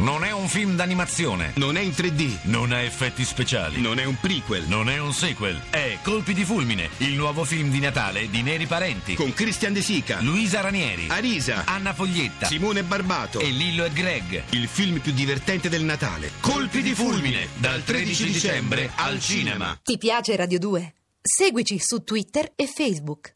Non è un film d'animazione. Non è in 3D. Non ha effetti speciali. Non è un prequel. Non è un sequel. È Colpi di fulmine, il nuovo film di Natale di Neri Parenti. Con Christian De Sica, Luisa Ranieri, Arisa, Anna Foglietta, Simone Barbato e Lillo e Greg. Il film più divertente del Natale. Colpi di fulmine, dal 13 dicembre al cinema. Ti piace Radio 2? Seguici su Twitter e Facebook.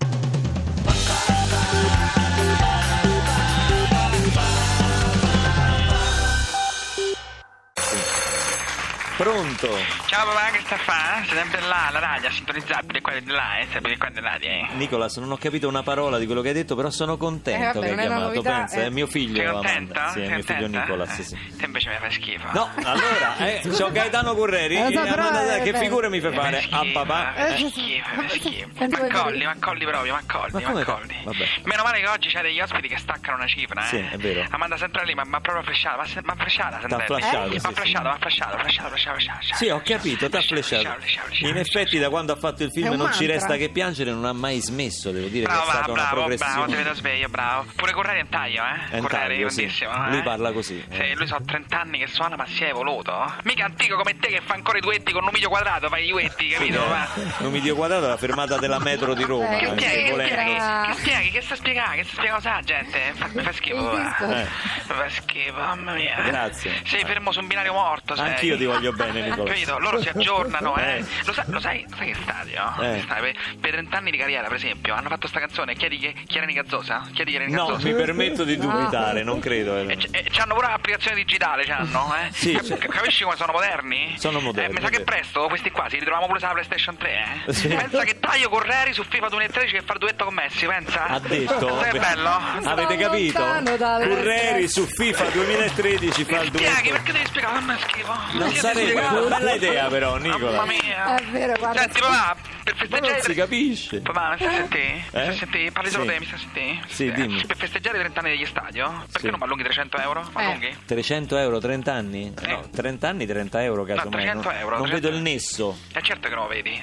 Pronto? Ciao papà, che sta a fare? Sei sempre là, la radio, sintonizzabile qua di là, sempre qua di là, Nicolas, non ho capito una parola di quello che hai detto, però sono contento vabbè, che hai non è una chiamato. novità, Pensa, è mio figlio. Sei Amanda. contento? Sì, è Sei mio figlio contenta? Nicolas, sì. Te invece mi fai schifo. No, allora, c'ho Gaetano Curreri. So, però, Amanda, che figura mi fai Mi fai fare a schifo, papà? mi fai schifo. Ma colli proprio, ma come? colli. Vabbè. Meno male che oggi c'è degli ospiti che staccano una cifra, Sì, è vero. Amanda Centrali mi ha proprio flashato, ma flasciata Centrali. flashato, Mi sì, ha flashato. Sì, ho capito, t'ha flashato. In effetti, da quando ha fatto il film È un Non ci mantra. resta che piangere, non ha mai smesso, devo dire che è stata una Bravo, progressione. ti vedo sveglio, bravo. Pure Correri è in taglio, È in Correri, taglio, sì. grandissimo. Lui parla così. Sì, lui so 30 anni che suona, ma si è evoluto. Mica antico come te che fa ancora i duetti con Numidio Quadrato, fai i duetti, capito? Ma... Numidio Quadrato è la fermata della metro di Roma. Che anche spieghi, volendo. che spieghi, che sta spiegando? Che sta spiegando sa gente? Mi fa schifo, Il disco. mi fa schifo, mamma mia. Grazie. Sei fermo su un binario morto, sei. Anch'io ti voglio bene, Nicola. Capito? Loro si aggiornano, Lo sai che stadio? Eh. Per 30 anni di carriera, per esempio, hanno fatto sta canzone. Chiedi chi era Nicazzosa? Chiedi chi era No, Nicazzosa? mi permetto di dubitare, non credo. E c'hanno pure l'applicazione digitale, c'hanno, Sì, certo. Capisci come sono moderni? Sono moderni, Mi sa è che vero. presto questi qua si ritroviamo pure sulla PlayStation 3, Sì. Pensa che taglio Correri su FIFA 2013 che fa il duetto con Messi, pensa? Ha detto. Sai che bello? Avete capito? lontano dalle Curreri su FIFA 2013 fa Mi il spieghi, duetto. perché devi spiegare? Non è schifo. Non Sì, sarebbe devi spiegare. una bella idea, però, Nicola. Mamma mia. È vero, guarda. Senti, papà, per Ma non si festeggiare... capisce. Papà, mi stai a sentire? Mi stai a sentire? Parli solo Sì. te, mi stai a sentire? Sì, dimmi. Per festeggiare i 30 anni degli stadio, perché Sì. non mi allunghi 300 euro? Ma allunghi? 300 euro, 30 anni? No, 30 anni, 30 euro, casomai. 300 euro, Non 300 vedo il nesso. Certo che non lo vedi,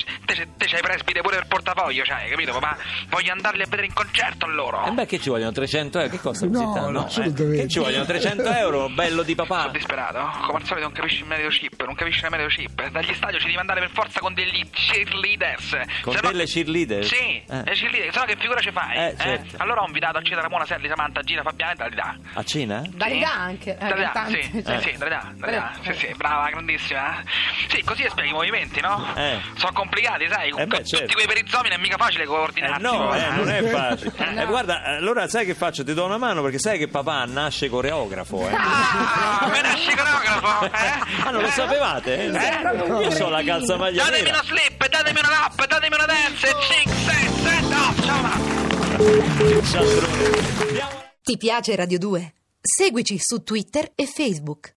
te c'hai presbite pure per portafoglio, c'hai, capito papà? Voglio andarli a vedere in concerto a loro. E beh, che ci vogliono 300 euro? Che costa così No, tanto? assolutamente. Che ci vogliono 300 euro? Bello di papà. Sono disperato, come al solito non capisci il medio chip, non capisci il medio chip. Dagli stadio ci devi andare per forza con degli cheerleaders. Con Se no- delle cheerleader? Sì, le cheerleader, se no che figura ci fai? Certo. Allora ho invitato a cena Ramona, Selli, Samantha, Gina, Fabiana e Dalida. A cena? Dalida anche. Dalida, tanti, sì, cioè. sì, Dalida, sì, brava, grandissima. Sì, così spieghi i movimenti, no? Sono complicati, sai, con beh, tutti certo. quei perizzomi non è mica facile coordinarsi. No, papà. non è facile. No. Guarda, allora sai che faccio? Ti do una mano perché sai che papà nasce coreografo, Ah, me nasce coreografo, Ah, non lo sapevate? Io so la calzamaglia Datemi nera. uno slip, datemi una rap, datemi una dance, 5, 6, 7, 8, ciao va. Cialtrone. Ti piace Radio 2? Seguici su Twitter e Facebook.